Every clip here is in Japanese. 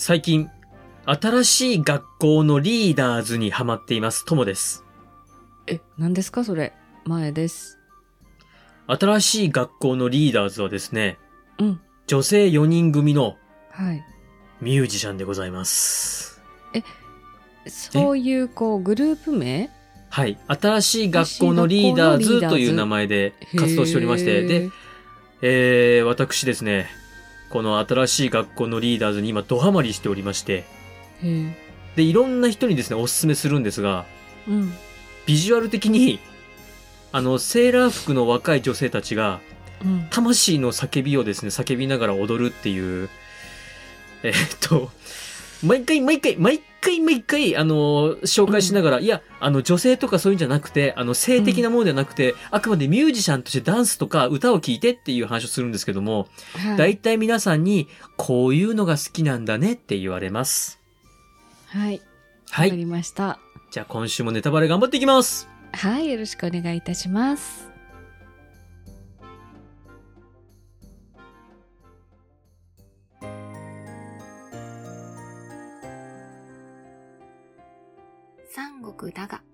最近、新しい学校のリーダーズにハマっています。ともです。 何ですかそれ。前です。 新しい学校のリーダーズはですね、 うん。 女性4人組のはい。 ミュージシャンでございます。 そういうグループ名？ はい。新しい学校のリーダーズという名前で活動しておりまして、で、私ですね、この新しい学校のリーダーズに今ドハマりしておりまして、で、いろんな人にですね、おすすめするんですが、 うん。 ビジュアル的に、セーラー服の若い女性たちが、 うん。 魂の叫びをですね、叫びながら踊るっていう、毎回、紹介しながら、いや、女性とかそういうんじゃなくて、性的なものではなくて、あくまでミュージシャンとしてダンスとか歌を聴いてっていう話をするんですけども、だいたい皆さんに、こういうのが好きなんだねって言われます。 はい。 はわかりい。 ました。 じゃあ今週もネタバレ頑張っていきます。 はい。よろしくお願いいたします。三国だが。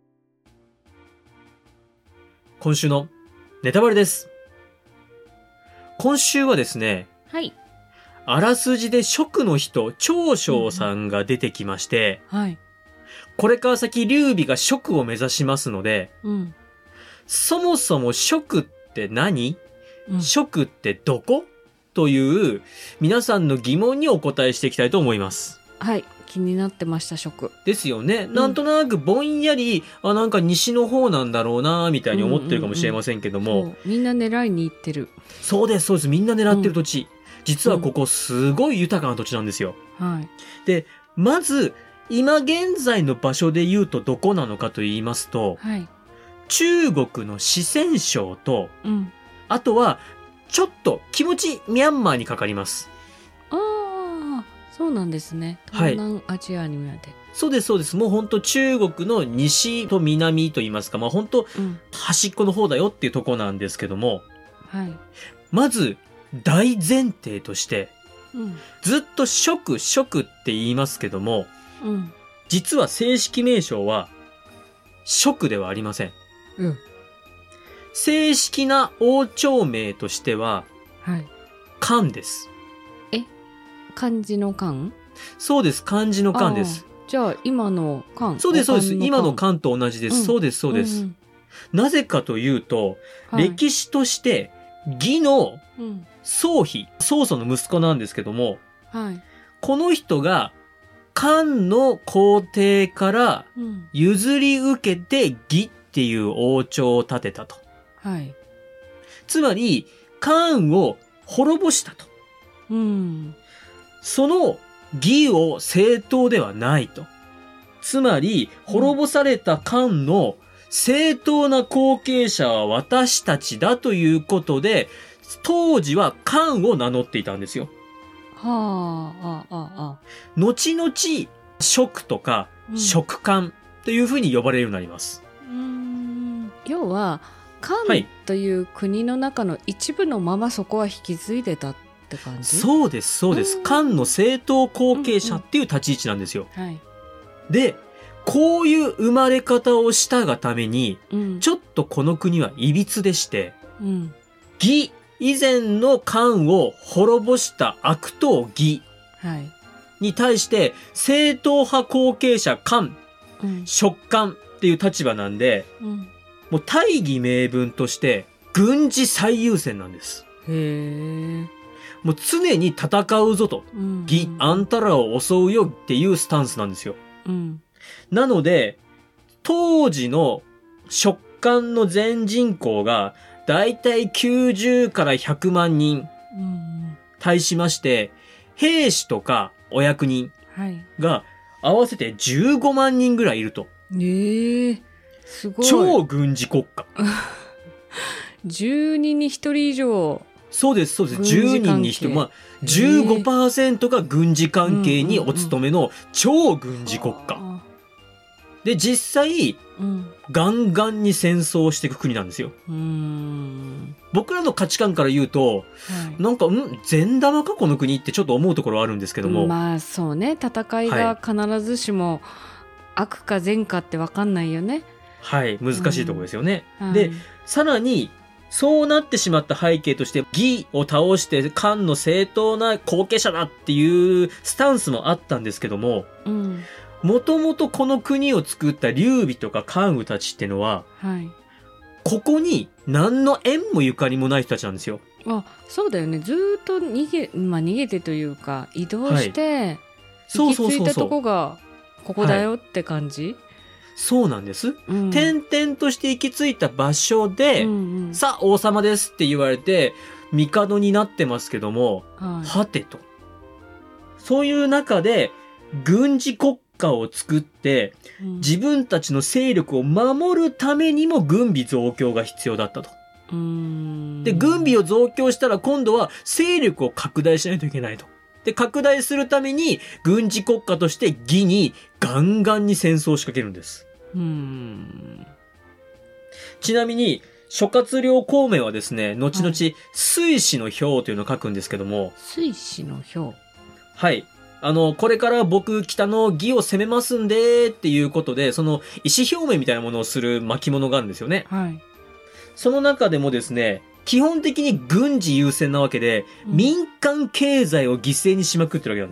今週のネタバレです。今週はですね、 はい。 あらすじで蜀の人、長将さんが出てきまして、 はい。 これから先劉備が蜀を目指しますので、 うん。 そもそも蜀って何？ うん。 蜀ってどこという皆さんの疑問にお答えしていきたいと思います。 はい。気になってました、蜀。 ですよね。なんとなくぼんやり、なんか西の方なんだろうな、みたいに思ってるかもしれませんけども。 そうみんな狙いに行ってる。 そうです、そうです。みんな狙ってる土地。実はここすごい豊かな土地なんですよ。 はい。 で、まず、今現在の場所で言うとどこなのかと言いますと、 はい。 中国の四川省と、 うん。 あとは、ちょっと気持ちミャンマーにかかります。 ああ、そうなんですね。 はい東南アジアにまで。 そうです、そうです。もう本当中国の西と南と言いますか、まあ本当うん。 端っこの方だよっていうとこなんですけども、 はい。 まず大前提として、 うん。 ずっと蜀って言いますけども、 うん。 実は正式名称は蜀ではありません。 うん。 正式な王朝名としてははい。 漢です。 漢字の漢？ そうです。漢字の漢です。 じゃあ今の漢？ そうです、そうです。今の漢。 漢と同じです。 うんそうです、そうです。 んなぜかというと、 はい歴史として義のうん。 宗妃、曹操の息子なんですけども、 はい。 この人が漢の皇帝からうん。 譲り受けて義っていう王朝を建てたと。 はい。 つまり、漢を滅ぼしたと。 うん。 その義を正当ではないと。つまり、滅ぼされた漢の正当な後継者は私たちだということで、当時は漢を名乗っていたんですよ。 はあ、 後々、蜀とかうん蜀漢というふうに呼ばれるようになります。 要は、漢はいという国の中の一部のままそこは引き継いでたって感じ？ そうです、そうです。 うん漢の正当後継者っていう立ち位置なんですよ。 はい。 で、こういう生まれ方をしたがために、 うん。 ちょっとこの国は歪でして、 うん。 義以前の漢を滅ぼした悪党義はい。 に対して正統派後継者漢、 うん。 蜀漢っていう立場なんで、 うん。 もう大義名分として軍事最優先なんです。 へえ。 もう常に戦うぞと。 うん。 義、あんたらを襲うよっていうスタンスなんですよ。 うん。 なので、当時の蜀漢の全人口がだいたい90から100万人うん。 対しまして、兵士とかお役人はい。 が合わせて15万人ぐらいいると。 すごい。 超軍事国家。 10人に1人以上。 そうです、そうです。 軍事 10人に1人。 関係まあ、15%が軍事関係にお勤めの超軍事国家。 あで、実際、 うんガンガンに戦争をしていく国なんですよ。僕らの価値観から言うと、 はい、 なんか、善玉かこの国ってちょっと思うところはあるんですけども。 まあそうね、戦いが必ずしも悪か善かって分かんないよね。 はい、難しいところですよね。 はい、 で、さらに、そうなってしまった背景として、義を倒して漢の正当な後継者だっていうスタンスもあったんですけども、もともとこの国を作った劉備とか関羽たちってのは、 はい、 ここに何の縁もゆかりもない人たちなんですよ。 あ、そうだよね。ずーっと逃げてというか移動して、行き着いたとこがここだよって感じ。 そうなんです。転々として行き着いた場所で、さあ王様ですって言われて帝になってますけども、はてと。そういう中で軍事国家を作って、自分たちの勢力を守るためにも軍備増強が必要だったと。で、軍備を増強したら今度は勢力を拡大しないといけないと。で、拡大するために軍事国家として義にガンガンに戦争を仕掛けるんです。ちなみに、諸葛亮孔明はですね、後々、水死の兵というのを書くんですけども。 水死の兵。 はい。これから僕、北の義を攻めますんで、っていうことで、その、意思表明みたいなものをする巻物があるんですよね。 はい。 その中でもですね、基本的に軍事優先なわけで、民間経済を犠牲にしまくってるわけなんです。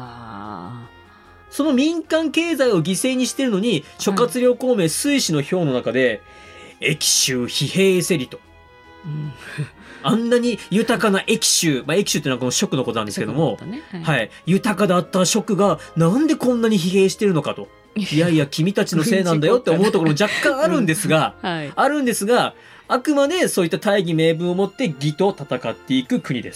その民間経済を犠牲にしてるのに、諸葛亮孔明水死の兵の中で、益州疲弊せりと。あんなに豊かな益州、益州っていうのはこの蜀のことなんですけども、はい、豊かだった蜀がなんでこんなに疲弊してるのかと。いやいや、君たちのせいなんだよって思うところも若干あるんですが、あるんですが、あくまでそういった大義名分を持って義と戦っていく国です。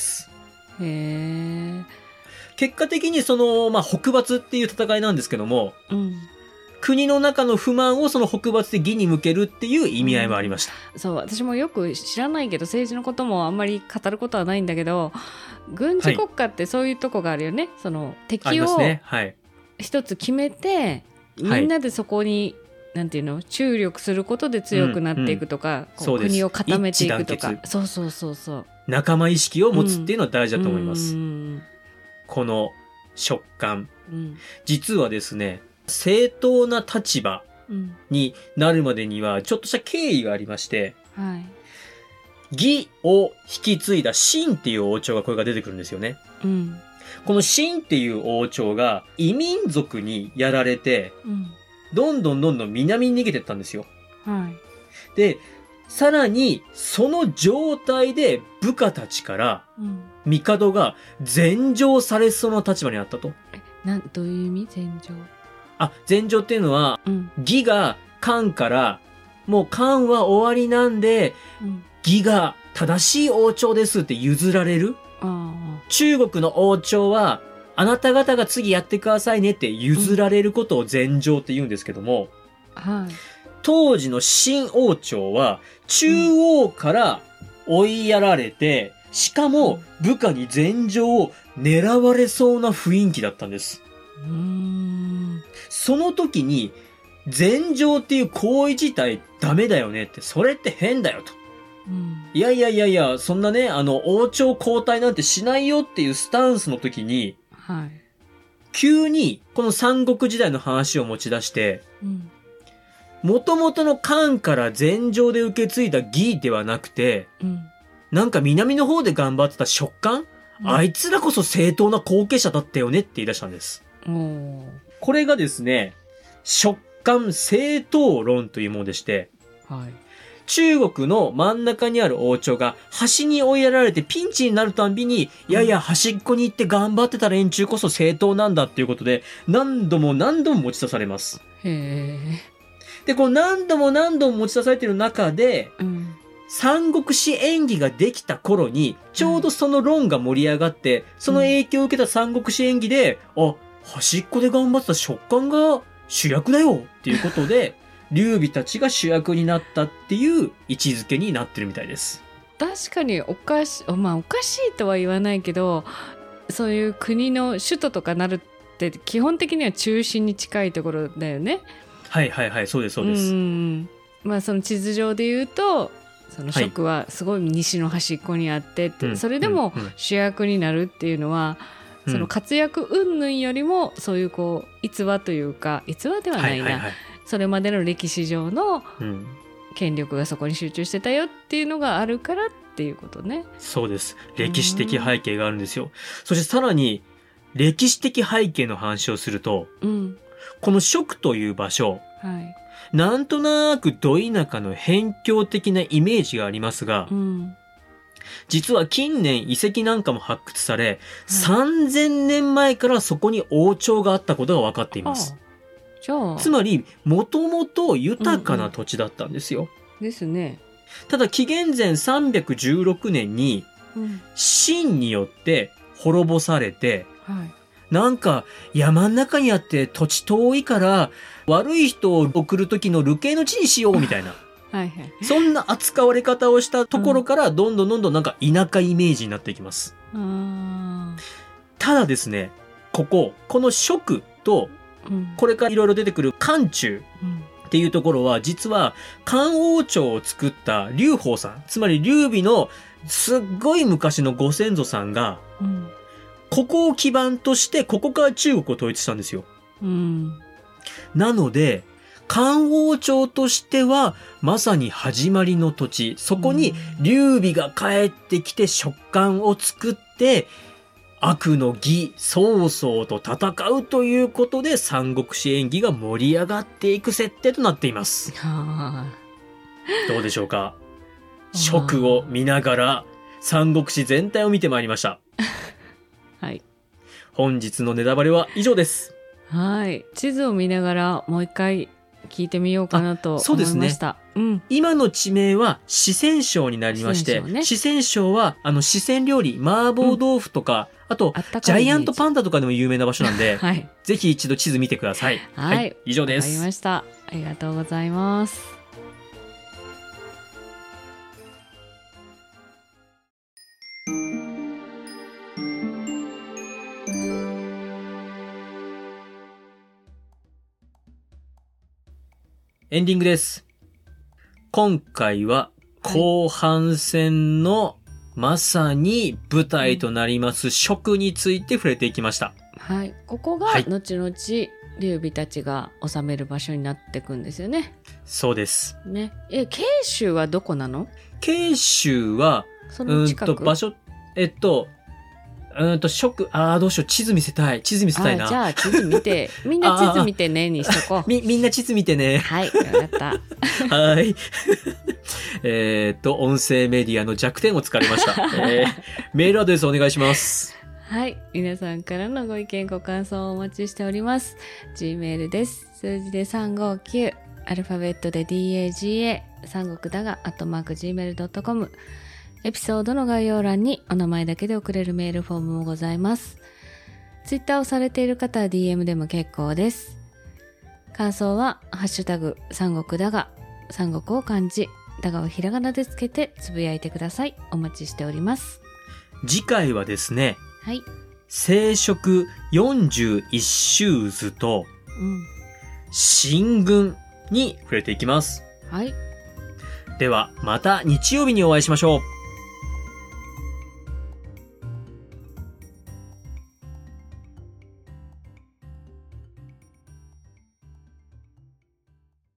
結果的にその、北伐っていう戦いなんですけども、国の中の不満をその北伐で義に向けるっていう意味合いもありました。 そう、私もよく知らないけど、政治のこともあんまり語ることはないんだけど、軍事国家ってそういうとこがあるよね。その敵を一つ決めて、みんなでそこに、なんていうの、注力することで強くなっていくとか、国を固めていくとか、そう仲間意識を持つっていうのは大事だと思います。この蜀漢、実はですね、正当な立場になるまでにはちょっとした経緯がありまして、義を引き継いだ秦っていう王朝がこれが出てくるんですよね。この秦っていう王朝が異民族にやられて、どんどん南に逃げてったんですよ。で、さらにその状態で部下たちから帝が禅譲されそうな立場にあったと。 どういう意味？禅譲。 禅譲っていうのは、義が漢から、もう漢は終わりなんで、義が正しい王朝ですって譲られる。中国の王朝は、あなた方が次やってくださいねって譲られることを禅譲って言うんですけども、当時の秦王朝は、中央から追いやられて、しかも部下に禅譲を狙われそうな雰囲気だったんです。その時に、禅譲っていう行為自体ダメだよねって、それって変だよと。いや、そんなね、王朝交代なんてしないよっていうスタンスの時に、急にこの三国時代の話を持ち出して、元々の漢から禅譲で受け継いだ義ではなくて、なんか南の方で頑張ってた蜀漢、あいつらこそ正当な後継者だったよねって言い出したんです。これがですね、蜀漢正統論というものでして、中国の真ん中にある王朝が端に追いやられてピンチになるたんびに、いや端っこに行って頑張ってた連中こそ正統なんだっていうことで、何度も持ち出されます。で、この何度も持ち出されている中で、三国志演義ができた頃に、ちょうどその論が盛り上がって、その影響を受けた三国志演義で、端っこで頑張ってた蜀漢が主役だよっていうことで、劉備たちが主役になったっていう位置づけになってるみたいです。 確かにおかしいとは言わないけど、そういう国の首都とかなるって基本的には中心に近いところだよね。 はいはいはい、そうですそうです。 まあその地図上で言うとその蜀はすごい西の端っこにあってって、はい、それでも主役になるっていうのは、その活躍云々よりもそういうこう逸話というか、逸話ではないな、はいはいはい、それまでの歴史上の権力がそこに集中してたよっていうのがあるからっていうことね。 そうです。歴史的背景があるんですよ。そしてさらに歴史的背景の話をすると、この蜀という場所、はい、なんとなくど田舎の辺境的なイメージがありますが、実は近年遺跡なんかも発掘され、はい、3000年前からそこに王朝があったことが分かっています。 じゃあつまりもともと豊かな土地だったんですよ。 ですね。 ただ紀元前316年に秦によって滅ぼされて、はい、なんか山の中にあって土地遠いから悪い人を送る時の流刑の地にしようみたいなはい、はい、そんな扱われ方をしたところからどんどんなんか田舎イメージになっていきます。ただですね、この蜀とこれからいろいろ出てくる漢中っていうところは実は漢王朝を作った劉邦さん、つまり劉備のすっごい昔のご先祖さんが、ここを基盤としてここから中国を統一したんですよ。なので漢王朝としてはまさに始まりの土地、そこに劉備が帰ってきて蜀漢を作って悪の義曹操と戦うということで三国志演義が盛り上がっていく設定となっています。どうでしょうか。蜀を見ながら三国志全体を見てまいりました。 はい。 本日のネタバレは以上です。 はい。地図を見ながらもう一回聞いてみようかなと思いました。そうですね。 今の地名は四川省になりまして、四川省は四川料理、麻婆豆腐とか、あとジャイアントパンダとかでも有名な場所なんで、はい、ぜひ一度地図見てください。 はい、はい、 以上です。 わかりました。ありがとうございます。 エンディングです。今回は後半戦のまさに舞台となります蜀について触れていきました。 はい。ここが後々劉備たちが治める場所になっていくんですよね。 そうです。 ね。慶州はどこなの？ 慶州はその近く場所蜀、どうしよう、地図見せたいな。 じゃあ地図見て、みんな地図見てねにしとこう。 みんな地図見てね。 はい、わかった。 はい。音声メディアの弱点を突かれました。メールアドレスお願いします。 はい。皆さんからのご意見、ご感想をお待ちしております。Gmail です。数字で359、アルファベットで DAGA、三国だが、@gmail.com。エピソードの概要欄にお名前だけで送れるメールフォームもございます。ツイッターをされている方は DM でも結構です。感想はハッシュタグ三国だが、三国を漢字、だがをひらがなでつけてつぶやいてください。お待ちしております。 次回はですね、 はい。 聖蜀41州図と、秦軍に触れていきます。 はい。 ではまた日曜日にお会いしましょう。